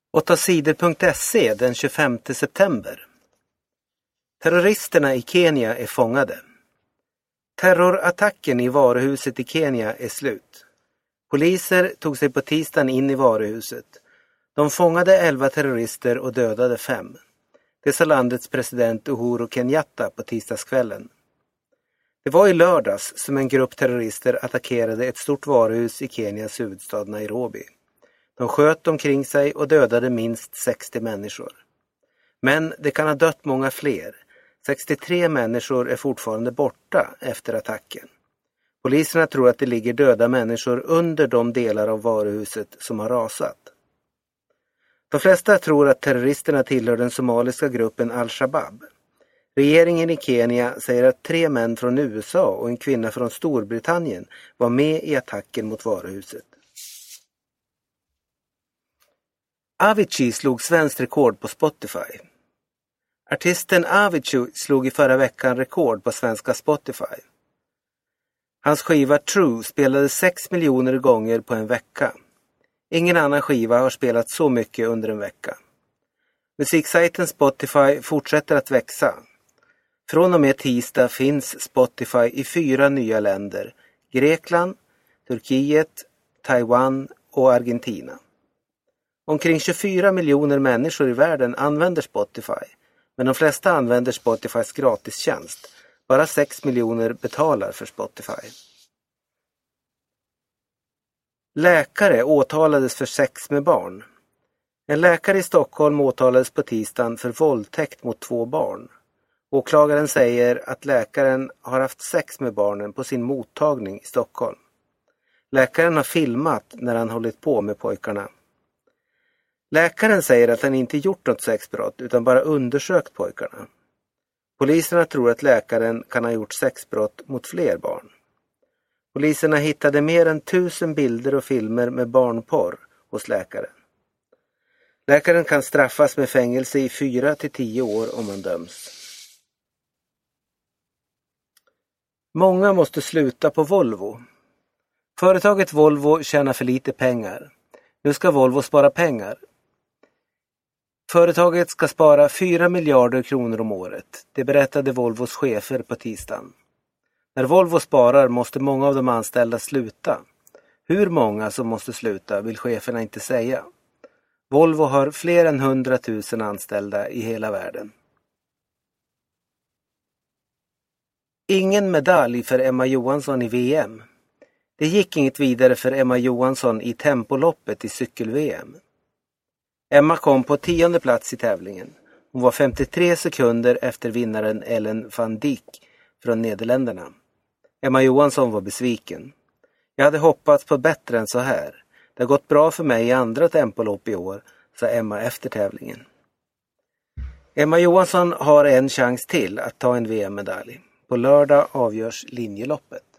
8sidor.se den 25 september. Terroristerna i Kenya är fångade. Terrorattacken i varuhuset i Kenya är slut. Poliser tog sig på tisdagen in i varuhuset. De fångade 11 terrorister och dödade 5. Det sa landets president Uhuru Kenyatta på tisdagskvällen. Det var i lördags som en grupp terrorister attackerade ett stort varuhus i Kenias huvudstad Nairobi. De sköt omkring sig och dödade minst 60 människor. Men det kan ha dött många fler. 63 människor är fortfarande borta efter attacken. Poliserna tror att det ligger döda människor under de delar av varuhuset som har rasat. De flesta tror att terroristerna tillhör den somaliska gruppen Al-Shabaab. Regeringen i Kenya säger att 3 män från USA och en kvinna från Storbritannien var med i attacken mot varuhuset. Avicii slog svenskt rekord på Spotify. Artisten Avicii slog i förra veckan rekord på svenska Spotify. Hans skiva True spelade 6 miljoner gånger på en vecka. Ingen annan skiva har spelat så mycket under en vecka. Musiksajten Spotify fortsätter att växa. Från och med tisdag finns Spotify i 4 nya länder: Grekland, Turkiet, Taiwan och Argentina. Omkring 24 miljoner människor i världen använder Spotify, men de flesta använder Spotifys gratistjänst. Bara 6 miljoner betalar för Spotify. Läkare åtalades för sex med barn. En läkare i Stockholm åtalades på tisdagen för våldtäkt mot 2 barn. Åklagaren säger att läkaren har haft sex med barnen på sin mottagning i Stockholm. Läkaren har filmat när han hållit på med pojkarna. Läkaren säger att han inte gjort något sexbrott utan bara undersökt pojkarna. Poliserna tror att läkaren kan ha gjort sexbrott mot fler barn. Poliserna hittade mer än 1000 bilder och filmer med barnporr hos läkaren. Läkaren kan straffas med fängelse i 4 till 10 år om han döms. Många måste sluta på Volvo. Företaget Volvo tjänar för lite pengar. Nu ska Volvo spara pengar. Företaget ska spara 4 miljarder kronor om året. Det berättade Volvos chefer på tisdagen. När Volvo sparar måste många av de anställda sluta. Hur många som måste sluta vill cheferna inte säga. Volvo har fler än 100 000 anställda i hela världen. Ingen medalj för Emma Johansson i VM. Det gick inget vidare för Emma Johansson i tempoloppet i cykel-VM. Emma kom på 10:e plats i tävlingen. Hon var 53 sekunder efter vinnaren Ellen van Dijk från Nederländerna. Emma Johansson var besviken. Jag hade hoppats på bättre än så här. Det har gått bra för mig i andra tempolopp i år, sa Emma efter tävlingen. Emma Johansson har en chans till att ta en VM-medalj. På lördag avgörs linjeloppet.